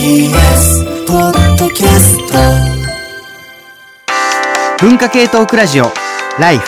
TBS ポッドキャスト文化系トークラジオライフ。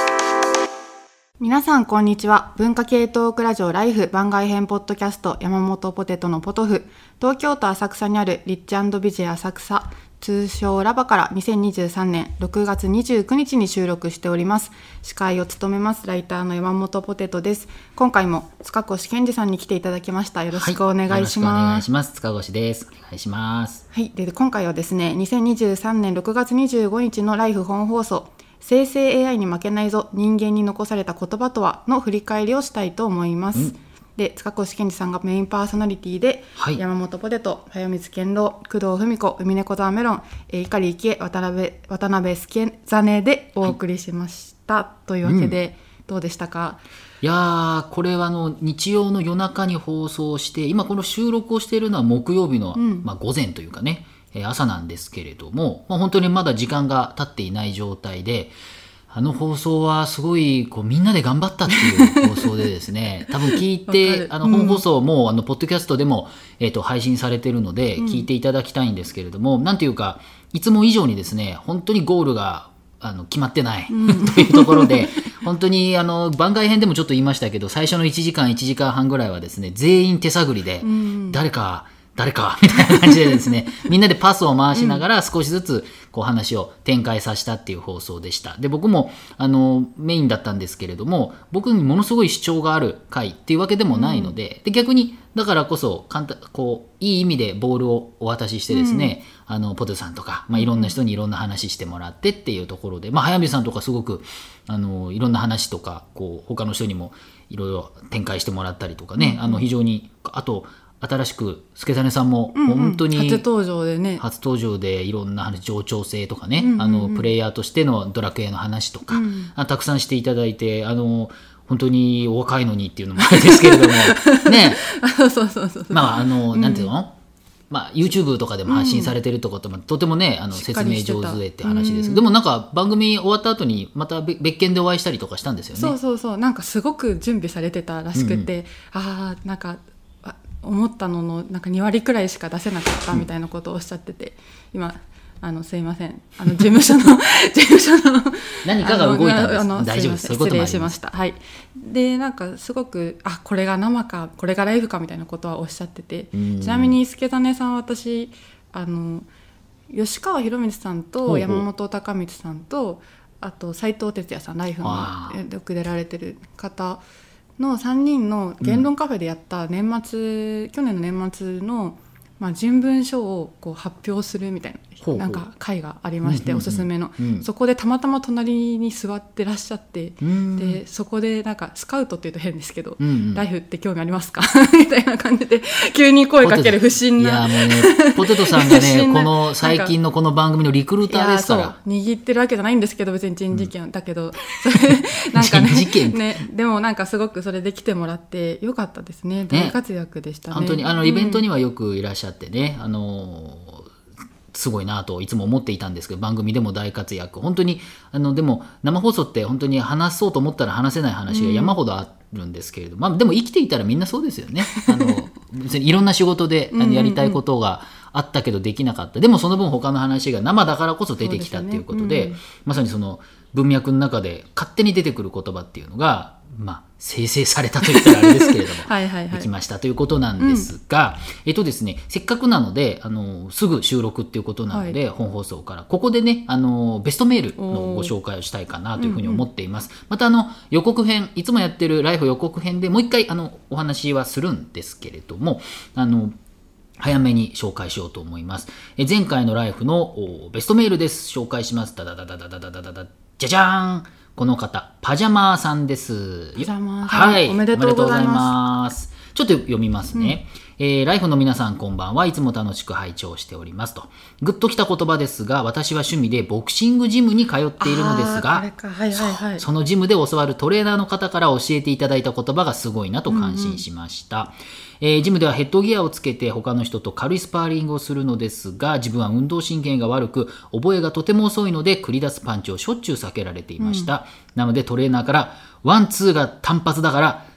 皆さんこんにちは。文化系トークラジオライフ番外編ポッドキャスト山本ポテトのポトフ、東京都浅草にあるリッチ&ビジェ浅草通称ラバから2023年6月29日に収録しております。司会を務めますライターの山本ポテトです。今回も塚越健二さんに来ていただきました。よろしくお願いします。 よろしくお願いします。塚越です。お願いします。 はい、で今回はですね2023年6月25日のライフ本放送生成 AI に負けないぞ人間に残された言葉とはの振り返りをしたいと思います。で塚越健二さんがメインパーソナリティで、はい、山本ポテト、早水健郎、工藤文子、海猫沢メロン、碇幸恵、渡辺助真でお送りしました、はい、というわけで、どうでしたか？ いやこれは日曜の夜中に放送して今この収録をしているのは木曜日の、午前というかね朝なんですけれども、本当にまだ時間が経っていない状態で放送はすごいみんなで頑張ったっていう放送でですね多分聞いて本放送もポッドキャストでも、配信されているので聞いていただきたいんですけれども、なんていうかいつも以上にですね本当にゴールが決まってない、というところで本当に番外編でもちょっと言いましたけど最初の1時間1時間半ぐらいはですね全員手探りで、誰かみたいな感じでですねみんなでパスを回しながら少しずつ話を展開させたっていう放送でした。で僕もメインだったんですけれども僕にものすごい主張がある回っていうわけでもないので、で逆にだからこそいい意味でボールをお渡ししてですね、ポテトさんとか、いろんな人にいろんな話してもらってっていうところで、早水さんとかすごくいろんな話とか他の人にもいろいろ展開してもらったりとかね、非常にあと新しく助真さんも本当に初登場でいろんな話冗長性とかね、プレイヤーとしてのドラクエの話とか、たくさんしていただいて本当にお若いのにっていうのもあれですけれどもねなんていうのYouTube とかでも発信されてるってことも、とてもね説明上手でって話です、でもなんか番組終わった後にまた別件でお会いしたりとかしたんですよね。 そうなんかすごく準備されてたらしくて、なんか思ったののなんか2割くらいしか出せなかったみたいなことをおっしゃってて、今すいません事務所の何かが動いたんです。大丈夫です。そういうこともあります。失礼しました。はい。でなんかすごくこれが生かこれがライブかみたいなことはおっしゃってて、ちなみに助真さんは私吉川博光さんと山本隆光さんとあと斉藤哲也さんライフのよく出られてる方の3人の言論カフェでやった去年の年末の、人文書を発表するみたいななんか会がありまして、おすすめの、そこでたまたま隣に座ってらっしゃって、でそこでなんかスカウトっていうと変ですけど、ライフって興味ありますかみたいな感じで急に声かける不審な。 いやもうねポテトさんがねこの最近のこの番組のリクルーターですから。 握ってるわけじゃないんですけど別に人事件だけど、なんかねでもなんかすごくそれで来てもらってよかったですね。大活躍でしたね。 本当にイベントにはよくいらっしゃってね、すごいなといつも思っていたんですけど番組でも大活躍本当にでも生放送って本当に話そうと思ったら話せない話が山ほどあるんですけれど、でも生きていたらみんなそうですよね別にいろんな仕事でやりたいことがあったけどできなかった、でもその分他の話が生だからこそ出てきたっていうことで、まさにその文脈の中で勝手に出てくる言葉っていうのが生成されたと言ったらあれですけれどもできましたということなんですが、ですね、せっかくなのですぐ収録っていうことなので、本放送からここでねベストメールのご紹介をしたいかなというふうに思っています。また予告編いつもやってるライフ予告編でもう一回お話はするんですけれども早めに紹介しようと思います。前回のライフのベストメールです。紹介します。ダダダダダダダダダダじゃじゃーん、この方パジャマーさんです。 パジャマーさん、はい、 おめでとうございます。 ちょっと読みますね、ライフの皆さんこんばんは。いつも楽しく拝聴しておりますと。グッときた言葉ですが、私は趣味でボクシングジムに通っているのですが、そのジムで教わるトレーナーの方から教えていただいた言葉がすごいなと感心しました。ジムではヘッドギアをつけて他の人と軽いスパーリングをするのですが、自分は運動神経が悪く覚えがとても遅いので繰り出すパンチをしょっちゅう避けられていました、なのでトレーナーからワンツーが単発だから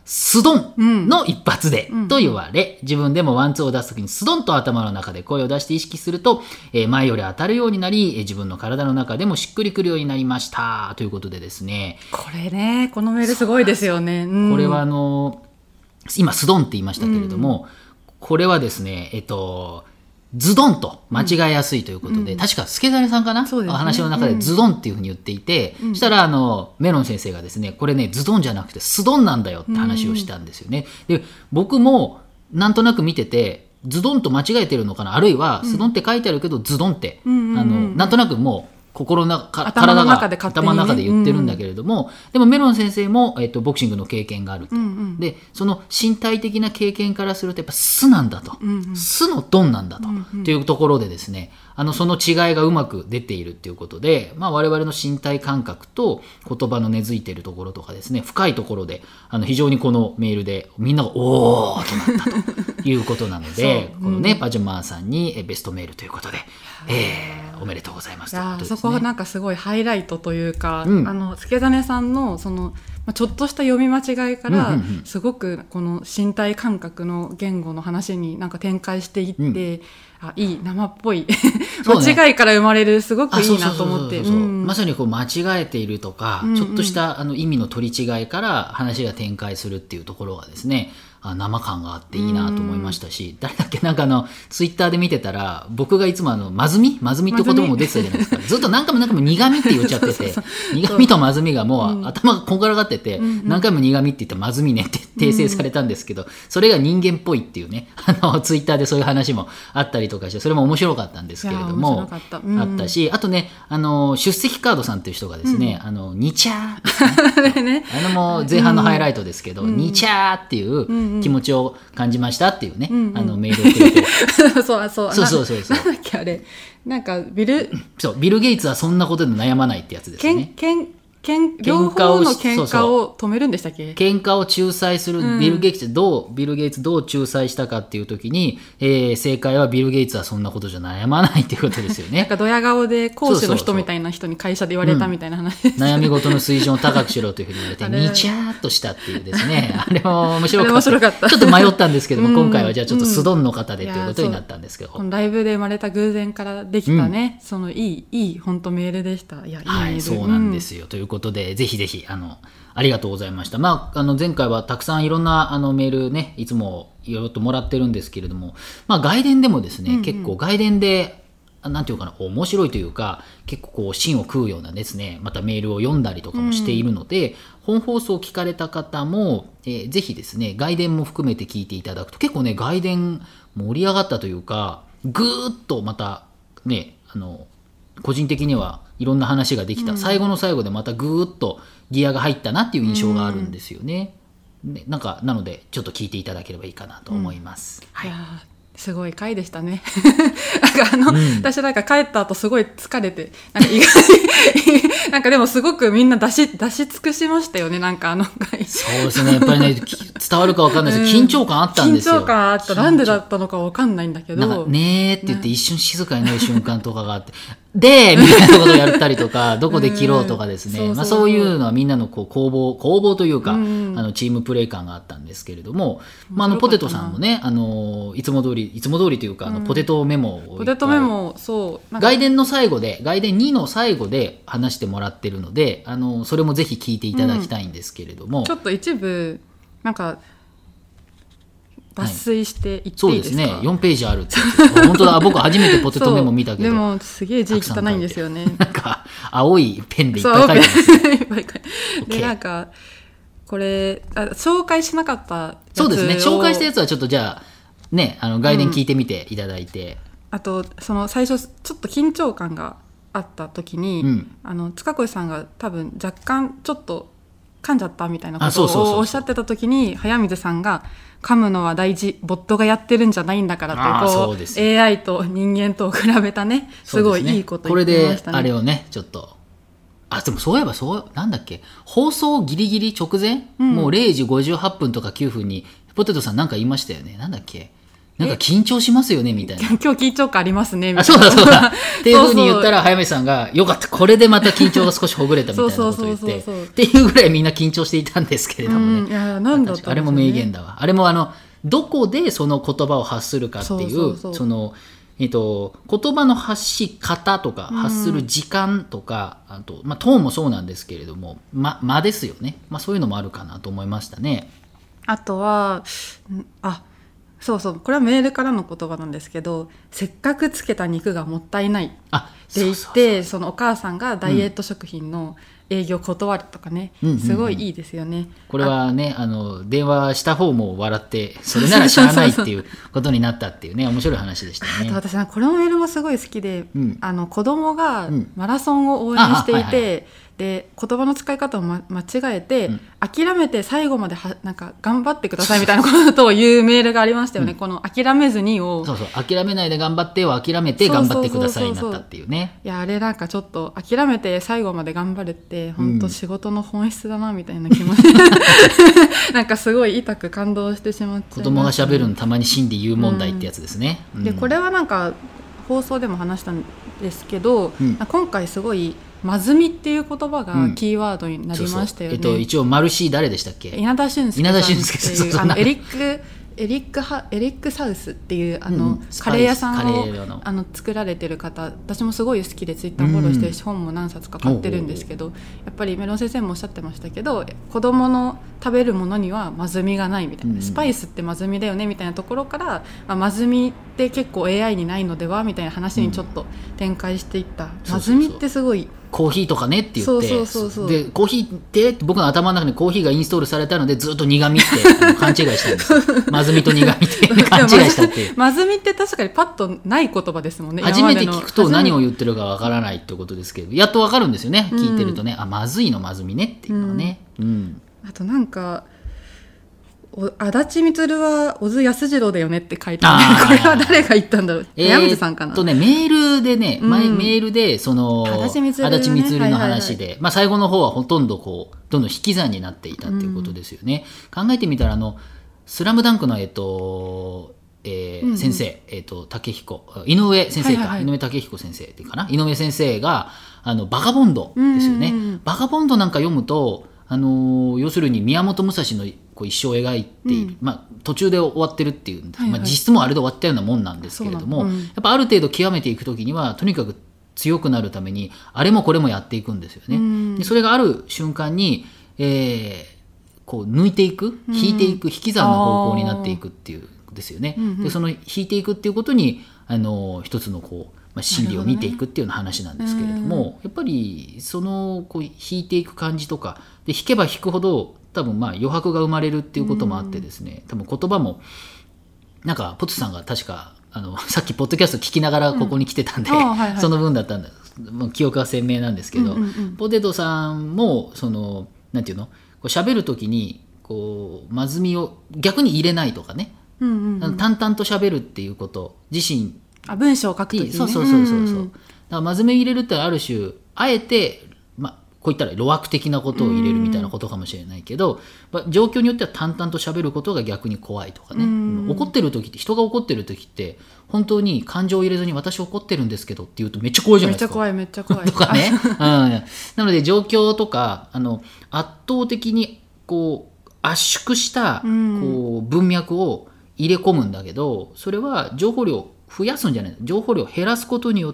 スドンの一発でと言われ、自分でもワンツーを出すときにスドンと頭の中で声を出して意識すると、前より当たるようになり、自分の体の中でもしっくりくるようになりましたということでですね。 これね、このメールすごいですよね。 これは今スドンって言いましたけれども、これはですね、ズドンと間違えやすいということで、確か助真さんかな、 そうですね、 話の中でズドンっていうふうに言っていて、そしたらメロン先生がですね、これねズドンじゃなくてスドンなんだよって話をしたんですよね。で僕もなんとなく見ててズドンと間違えてるのかな、あるいはスドンって書いてあるけどズドンって、なんとなくもう心の中体が頭の中で言ってるんだけれども、でもメロン先生も、ボクシングの経験があると、でその身体的な経験からするとやっぱ素なんだと、素のドンなんだと、っていうところでですね、その違いがうまく出ているっていうことで、我々の身体感覚と言葉の根付いているところとかですね、深いところで非常にこのメールでみんながおーとなったということなのでこのね、パジャマーさんにベストメールということで、おめでとうございますということですね。 そこはなんかすごいハイライトというか、助真さんのそのちょっとした読み間違いからすごくこの身体感覚の言語の話になんか展開していって、いい生っぽい間違いから生まれるすごくいいなと思って、 まさにこう間違えているとか、ちょっとした意味の取り違いから話が展開するっていうところがですね、生感があっていいなと思いましたし、誰だっけ、なんかツイッターで見てたら僕がいつもまずみって言葉も出てたじゃないですか。ずっと何回も苦みって言っちゃってて苦みとまずみがもう頭がこんがらがってて、何回も苦みって言ってまずみねって訂正されたんですけど、それが人間っぽいっていうね、ツイッターでそういう話もあったりとかして、それも面白かったんですけれども、あったし、あとね出席カードさんという人がですね、ニチャー、ね、もう前半のハイライトですけど、ニチャーっていう気持ちを感じましたっていうね、メールをくれてそうなんだっけ、あれなんかビルゲイツはそんなことで悩まないってやつですね。 両方の喧嘩を止めるんでしたっけ。 喧嘩を仲裁するビル・ゲイツどう仲裁したかっていう時に、正解はビル・ゲイツはそんなことじゃ悩まないっていうことですよね。 なんかドヤ顔で講師の人みたいな人に会社で言われたみたいな話です、 悩み事の水準を高くしろというふうに言われてにちゃーっとしたっていうですね、あれも面白かった。ちょっと迷ったんですけども、今回はじゃあちょっとスドンの方でということになったんですけど、 このライブで生まれた偶然からできたね、そのいい本当メールでした。いいメール、 そうなんですよ、ということでぜひぜひありがとうございました。前回はたくさんいろんなメールね、いつもいろいろともらってるんですけれども、外伝でもですね、結構外伝でなんていうかな、面白いというか結構こう芯を食うようなですね、またメールを読んだりとかもしているので、本放送を聞かれた方も、ぜひですね外伝も含めて聞いていただくと結構ね外伝盛り上がったというか、ぐーっとまたね個人的にはいろんな話ができた、最後の最後でまたぐーっとギアが入ったなっていう印象があるんですよね。なのでちょっと聞いていただければいいかなと思います。 いやすごい回でしたね。私なんか帰った後すごい疲れて、なんか意外なんかでもすごくみんな出し尽くしましたよね、なんか回。 そうですね、やっぱりね伝わるか分かんないですけど、緊張感あったんですよ。 緊張感あった。なんでだったのか分かんないんだけど、 なんかねーって言って一瞬静かになる瞬間とかがあってでみたいなことをやったりとかどこで切ろうとかですね、そういうのはみんなのこう攻防というか、チームプレー感があったんですけれども、ポテトさんもねいつも通りというかポテトメモをそう外伝2の最後で話してもらってるので、それもぜひ聞いていただきたいんですけれども、 ちょっと一部なんか抜粋していっていいですか。 そうですね、4ページあるって本当だ。僕初めてポテトメモ見たけどでもすげえ字汚いんですよね。 なんか青いペンでいっぱい書いてますね。 でなんかこれ紹介しなかったやつを、 そうですね、紹介したやつはちょっとじゃあね外伝聞いてみていただいて、 あとその最初ちょっと緊張感があった時に、塚越さんが多分若干ちょっと噛んじゃったみたいなことをおっしゃってた時に、早水さんが噛むのは大事、ボットがやってるんじゃないんだからってこう AI と人間と比べたね、すごいいいこと言ってましたね。 これであれをねちょっとでもそういえばなんだっけ、放送ギリギリ直前、もう0時58分とか9分にポテトさんなんか言いましたよね。なんだっけなんか緊張しますよねみたいな。 今日緊張感ありますねみたいな。 そうだそうだっていうふうに言ったら早見さんがよかった、これでまた緊張が少しほぐれたみたいなことを言ってっていうぐらいみんな緊張していたんですけれどもね。 いやなんだったんでしょうね。 あれも名言だわ。あれもどこでその言葉を発するかっていうその言葉の発し方とか発する時間とか、あと、トーンもそうなんですけれども間ですよね、そういうのもあるかなと思いましたね。 あとはそうそう、これはメールからの言葉なんですけど、せっかくつけた肉がもったいないって言って、そのお母さんがダイエット食品の営業断るとかね、すごいいいですよね。 これはね、電話した方も笑ってそれならしゃあないっていうことになったっていうね、面白い話でしたね。 あと私このメールもすごい好きで、子供がマラソンを応援していて、で言葉の使い方を、間違えて、諦めて最後までなんか頑張ってくださいみたいなことを言うメールがありましたよね。この諦めずにをそう諦めないで頑張ってを諦めて頑張ってくださいになったっていうね。 いやあれなんかちょっと諦めて最後まで頑張るって本当仕事の本質だなみたいな気持ち、なんかすごい痛く感動してしまっちゃいましたね。 子供が喋るのたまに真で言う問題ってやつですね。 でこれはなんか放送でも話したんですけど、今回すごいまずみっていう言葉がキーワードになりましたよね。 一応マルシー誰でしたっけ？ 稲田俊介さんっていうエリックサウスっていうカレー屋さんを作られてる方、私もすごい好きでツイッターフォローしてるし、本も何冊か買ってるんですけど、やっぱりメロン先生もおっしゃってましたけど、子供の食べるものにはまずみがないみたいな、スパイスってまずみだよねみたいなところから、まずみって結構 AI にないのではみたいな話にちょっと展開していった。まずみってすごいコーヒーとかねって言って、でコーヒーって僕の頭の中にコーヒーがインストールされたのでずっと苦味って勘違いしたんですまずみと苦味って勘違いしたっていうまずみって確かにパッとない言葉ですもんね。 初めて聞くと何を言ってるかわからないってことですけど、やっとわかるんですよね、聞いてるとね。まずいのまずみねっていうのはね。 あとなんか足立みつるは小津安二郎だよねって書いてある、これは誰が言ったんだろう。山口さんかな。 メールでね、メールでその足立みつるの話で、先後はほとんどどんどん引き算になっていたっていうことですよね。考えてみたらスラムダンクの先生、武彦井上先生か、井上武彦先生っていうかな、井上先生がバカボンドですよね。バカボンドなんか読むと要するに宮本武蔵の一生を描いている、途中で終わってるっていう、実質もあれで終わったようなもんなんですけれども、やっぱある程度極めていくときにはとにかく強くなるためにあれもこれもやっていくんですよね。でそれがある瞬間に、抜いていく、引いていく、引き算の方向になっていくっていうですよね。でその引いていくっていうことに一つの心理を見ていくっていうような話なんですけれども、やっぱりその引いていく感じとかで、引けば引くほど多分余白が生まれるっていうこともあってですね、多分言葉もなんかポツさんが確かさっきポッドキャスト聞きながらここに来てたんで、その分だったんだ、記憶が鮮明なんですけど、ポテトさんもなんていうの、喋る時にまずみを逆に入れないとかね、淡々と喋るっていうこと自身、 文章を書くときにね、 そうだからまずみを入れるってある種あえてこういったら路悪的なことを入れるみたいなことかもしれないけど、状況によっては淡々と喋ることが逆に怖いとかね。怒ってる時って、人が怒ってる時って本当に感情を入れずに私怒ってるんですけどって言うとめっちゃ怖いじゃないですか。 めっちゃ怖いとかね、なので状況とか圧倒的に圧縮した文脈を入れ込むんだけど、それは情報量を増やすんじゃない、情報量を減らすことによって、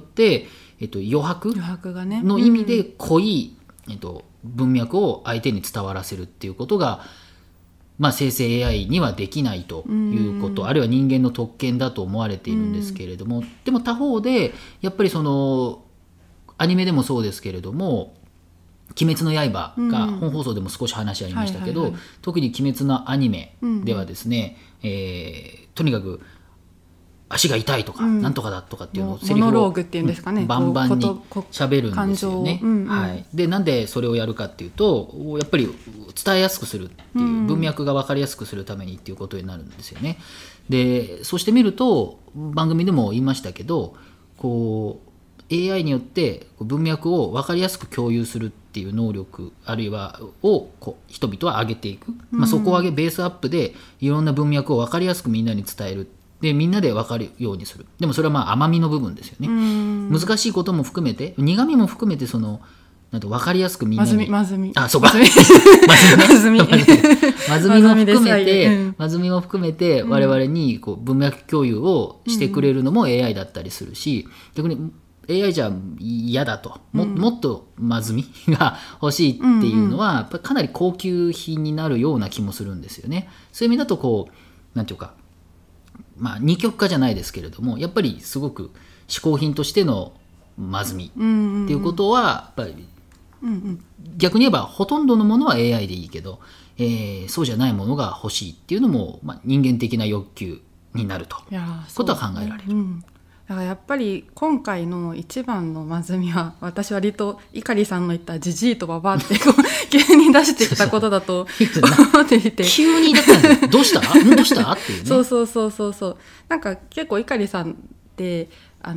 余白の意味で濃い文脈を相手に伝わらせるっていうことが、生成 AI にはできないということ、あるいは人間の特権だと思われているんですけれども、でも他方でやっぱりアニメでもそうですけれども、鬼滅の刃が本放送でも少し話ありましたけど、特に鬼滅のアニメではですね、とにかく足が痛いとか、なんとかだとかっていうのをセリフをモノローグっていうんですかね、バンバンに喋るんですよね。でなんでそれをやるかっていうと、やっぱり伝えやすくするっていう、文脈が分かりやすくするためにっていうことになるんですよね。でそうしてみると、番組でも言いましたけど、AI によって文脈を分かりやすく共有するっていう能力、あるいはを人々は上げていく、そこをベースアップでいろんな文脈を分かりやすくみんなに伝えるっでみんなで分かるようにする。でもそれはまあ甘みの部分ですよね。難しいことも含めて苦みも含めてそのなんと分かりやすくみんなにまずみあそうかまずみも含めて我々にこう文脈共有をしてくれるのも AI だったりするし、逆に AI じゃ嫌だと もっとまずみが欲しいっていうのはやっぱりかなり高級品になるような気もするんですよね。そういう意味だとこうなんていうかまあ二極化じゃないですけれどもやっぱりすごく嗜好品としてのまずみっていうことはやっぱり逆に言えばほとんどのものは AI でいいけど、そうじゃないものが欲しいっていうのも、まあ、人間的な欲求になるとことは考えられる。 だからやっぱり今回の一番のまずみは私割と碇さんの言ったジジイとババアってこう急に出してきたことだと思っていて急にだったんですよ。どうしたっていうね。 そうなんか結構碇さんって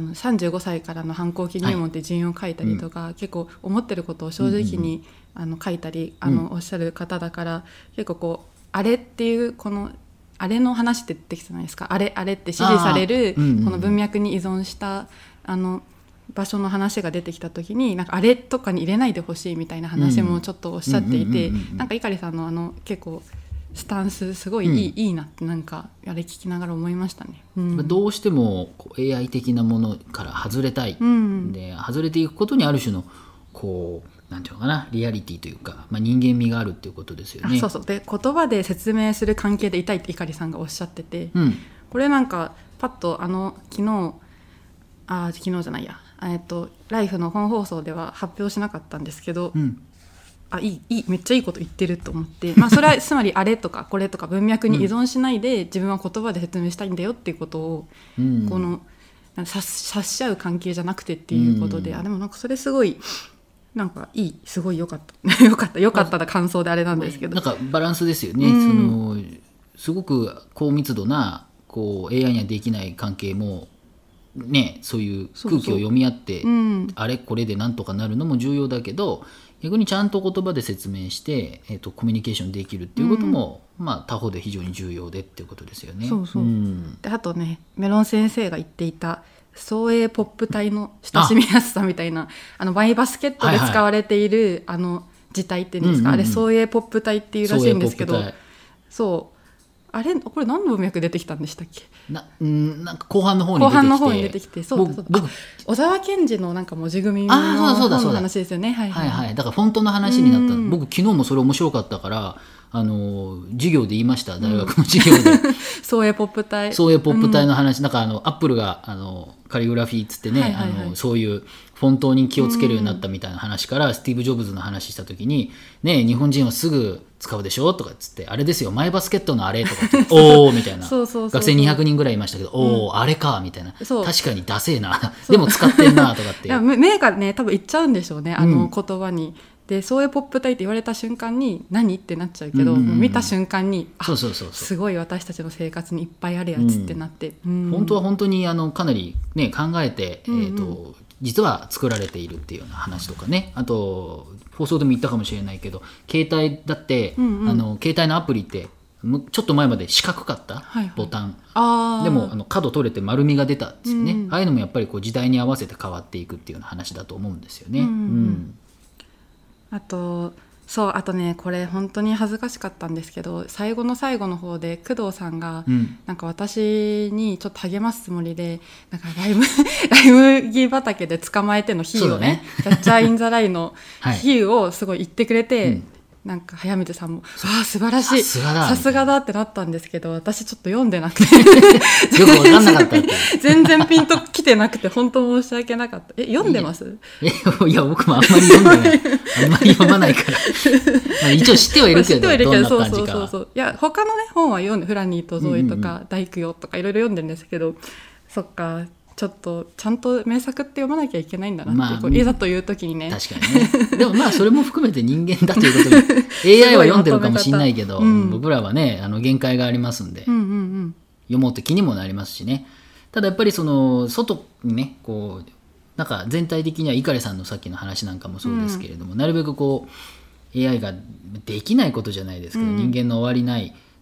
35歳からの反抗期入門って陣を書いたりとか、結構思ってることを正直に、書いたりおっしゃる方だから結構こうあれっていうこのあれの話って出てきたじゃないですか。あれって支持されるこの文脈に依存した場所の話が出てきた時になんかあれとかに入れないでほしいみたいな話もちょっとおっしゃっていて、なんか碇さんの結構スタンスすごいいいなってなんかあれ聞きながら思いましたね。 どうしてもAI 的なものから外れたい、で外れていくことにある種のこうなんていうのかなリアリティというか、まあ、人間味があるっていうことですよね。 そうで言葉で説明する関係でいたいって碇さんがおっしゃってて、これなんかパッと昨日じゃないやライフの本放送では発表しなかったんですけど、めっちゃいいこと言ってると思って、まあ、それはつまりあれとかこれとか文脈に依存しないで自分は言葉で説明したいんだよっていうことを、この察し合う関係じゃなくてっていうことで、でもなんかそれすごいなんかすごい良かったな感想であれなんですけど、 なんかバランスですよね。すごく高密度なこう AI にはできない関係もね、そういう空気を読み合ってあれこれでなんとかなるのも重要だけど、逆にちゃんと言葉で説明して、コミュニケーションできるっていうことも、まあ、他方で非常に重要でっていうことですよね。 であとねメロン先生が言っていた創英ポップ体の親しみやすさみたいなマイバスケットで使われている、字体っていうんですか、あれ創英ポップ体っていうらしいんですけど、あれこれ何の文脈出てきたんでしたっけ。 なんか後半の方に出てきてそう小沢健二のなんか文字組みの本の話ですよね。 だからフォントの話になった。僕昨日もそれ面白かったから授業で言いました。大学の授業で創英ポップ体の話、なんかアップルがカリグラフィーっつってね、そういうフォントに気をつけるようになったみたいな話から、スティーブ・ジョブズの話した時にね、日本人はすぐ使うでしょとかっつって、あれですよマイバスケットのあれとかっておーみたいな学生200人ぐらいいましたけど、おーあれかみたいな、確かにダセえなでも使ってんなとかって目がね多分いっちゃうんでしょうね、言葉に。で創英ポップ体って言われた瞬間に何ってなっちゃうけど、見た瞬間にすごい私たちの生活にいっぱいあるやつってなって、 本当は本当にかなり、ね、考えて、実は作られているっていうような話とかね、あと放送でも言ったかもしれないけど携帯だって、携帯のアプリってちょっと前まで四角かったボタン、でも角取れて丸みが出たんですよね。ああいうのもやっぱりこう時代に合わせて変わっていくっていうような話だと思うんですよね。 あとねこれ本当に恥ずかしかったんですけど、最後の方で工藤さんが、なんか私にちょっと励ますつもりでなんかライ麦畑で捕まえての比喩をねキャッチャーインザラインの比喩をすごい言ってくれて、なんか早水さんも素晴らしいさすがだってなったんですけど、私ちょっと読んでなくてよく分かんなかったって全然ピンときてなくて本当申し訳なかった。読んでます？ いや僕もあんまり読んでないあんまり読まないからまあ一応知ってはいるけどどんな感じかは。 いや他のね本は読んでフラニーとゾエとか大工よとかいろいろ読んでるんですけど、そっかちょっとちゃんと名作って読まなきゃいけないんだなって、いざという時にね。 確かにねでもまあそれも含めて人間だということでAI は読んでるかもしれないけど、僕らはね限界がありますんで、読もうと気にもなりますしね。ただやっぱりその外にねこうなんか全体的には碇さんのさっきの話なんかもそうですけれども、なるべくこう AI ができないことじゃないですけど、人間の終わりない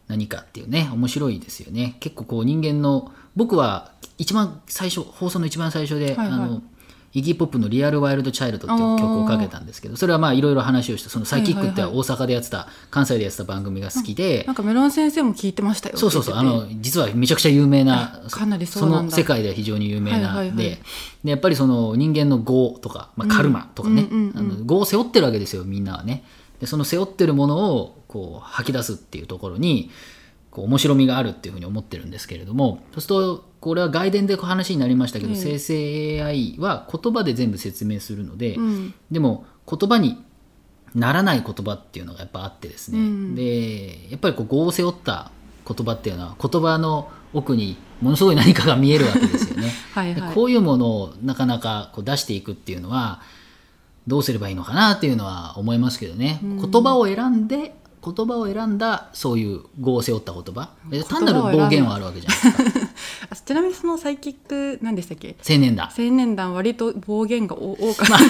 何かっていうね、面白いですよね。結構こう人間の、僕は一番最初、放送の一番最初で、 はいはい、 イギーポップのリアルワイルドチャイルドっていう曲をかけたんですけど、それはまあいろいろ話をした、そのサイキックって大阪でやってた、関西でやってた番組が好きで、 なんかメロン先生も聞いてましたよ。 そうそうそう、実はめちゃくちゃ有名な、 かなりそうなんだ。 その世界では非常に有名な、 はいはいはい、 でやっぱりその人間の業とか、まあ、カルマとかね、業を背負ってるわけですよ、みんなはね。でその背負ってるものをこう吐き出すっていうところにこう面白みがあるっていうふうに思ってるんですけれども、そうするとこれは外伝で話になりましたけど、生成 AI は言葉で全部説明するので、でも言葉にならない言葉っていうのがやっぱあってですね、でやっぱりこう業を背負った言葉っていうのは言葉の奥にものすごい何かが見えるわけですよね。はい、はい、こういうものをなかなかこう出していくっていうのはどうすればいいのかなっていうのは思いますけどね。言葉を選んだそういう業を背負った言葉、単なる暴言はあるわけじゃないですか。 ちなみにそのサイキック何でしたっけ？ 青年団割と暴言が多かった、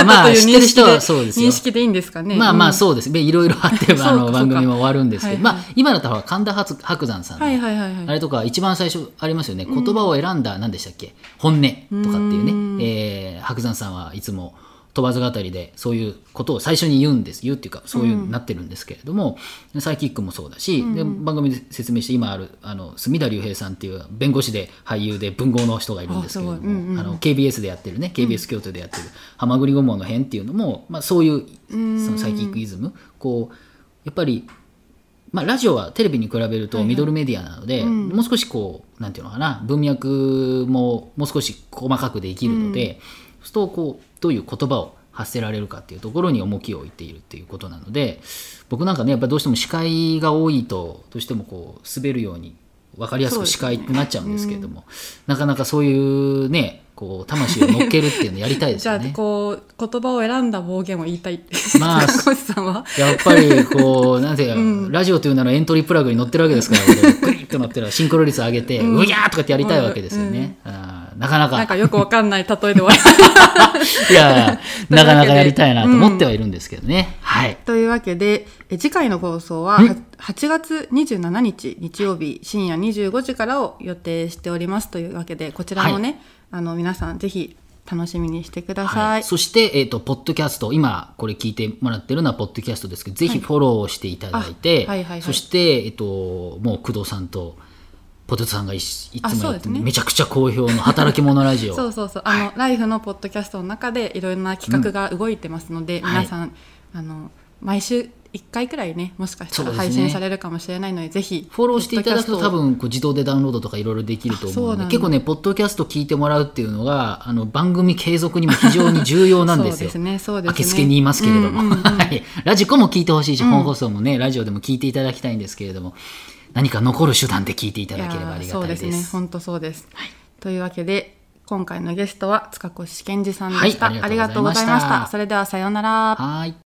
まあ知ってる人はそうですよ。 認識でいいんですかね。 まあまあそうですね。いろいろあって番組も終わるんですけど、まあ今だったら神田伯山さんのあれとか一番最初ありますよね。言葉を選んだ何でしたっけ？本音とかっていうね。伯山さんはいつも飛ばず語りでそういうことを最初に言うっていうかそういうなってるんですけれども、サイキックもそうだし、で番組で説明して今ある隅田竜平さんっていう弁護士で俳優で文豪の人がいるんですけれども、KBS でやってるね KBS 京都でやってるはまぐり顧問の編っていうのも、まあ、そういうそのサイキックイズム、こうやっぱり、まあ、ラジオはテレビに比べるとミドルメディアなので、もう少しこうなんていうのかな、文脈ももう少し細かくできるので、そうするとこうどういう言葉を発せられるかっていうところに重きを置いているっていうことなので、僕なんかねやっぱりどうしても司会が多いとどうしてもこう滑るように分かりやすく司会ってなっちゃうんですけれども、なかなかそういうねこう魂を乗っけるっていうのやりたいですよね。 じゃあこう言葉を選んだ暴言を言いたいって、 まあ小路さんはやっぱりこうなんていうラジオというならエントリープラグに乗ってるわけですから、グリッと乗ってるシンクロ率上げてうやーとかってやりたいわけですよね。なかなかなんかよくわかんない例えで終わりいやなかなかやりたいなと思ってはいるんですけどね。はい。 というわけで次回の放送は8月27日日曜日深夜25時からを予定しておりますというわけで、こちらもね、皆さんぜひ楽しみにしてください。はい、 そして、ポッドキャスト、今これ聞いてもらってるのはポッドキャストですけど、ぜひフォローしていただいて、そして、もう工藤さんとポテトさんがいつもやって、めちゃくちゃ好評の働き者ラジオそうライフのポッドキャストの中でいろんな企画が動いてますので、皆さん毎週1回くらいね、もしかしたら配信されるかもしれないので、ぜひフォローしていただくと多分こう自動でダウンロードとかいろいろできると思うので、結構ねポッドキャスト聞いてもらうっていうのが番組継続にも非常に重要なんですよ。そうですね。明けつけに言いますけれども、ラジコも聞いてほしいし、本放送もねラジオでも聞いていただきたいんですけれども、何か残る手段で聞いていただければありがたいです。 そうですね、本当そうです。というわけで今回のゲストは塚越健二さんでした。ありがとうございました。それではさようなら。 はい。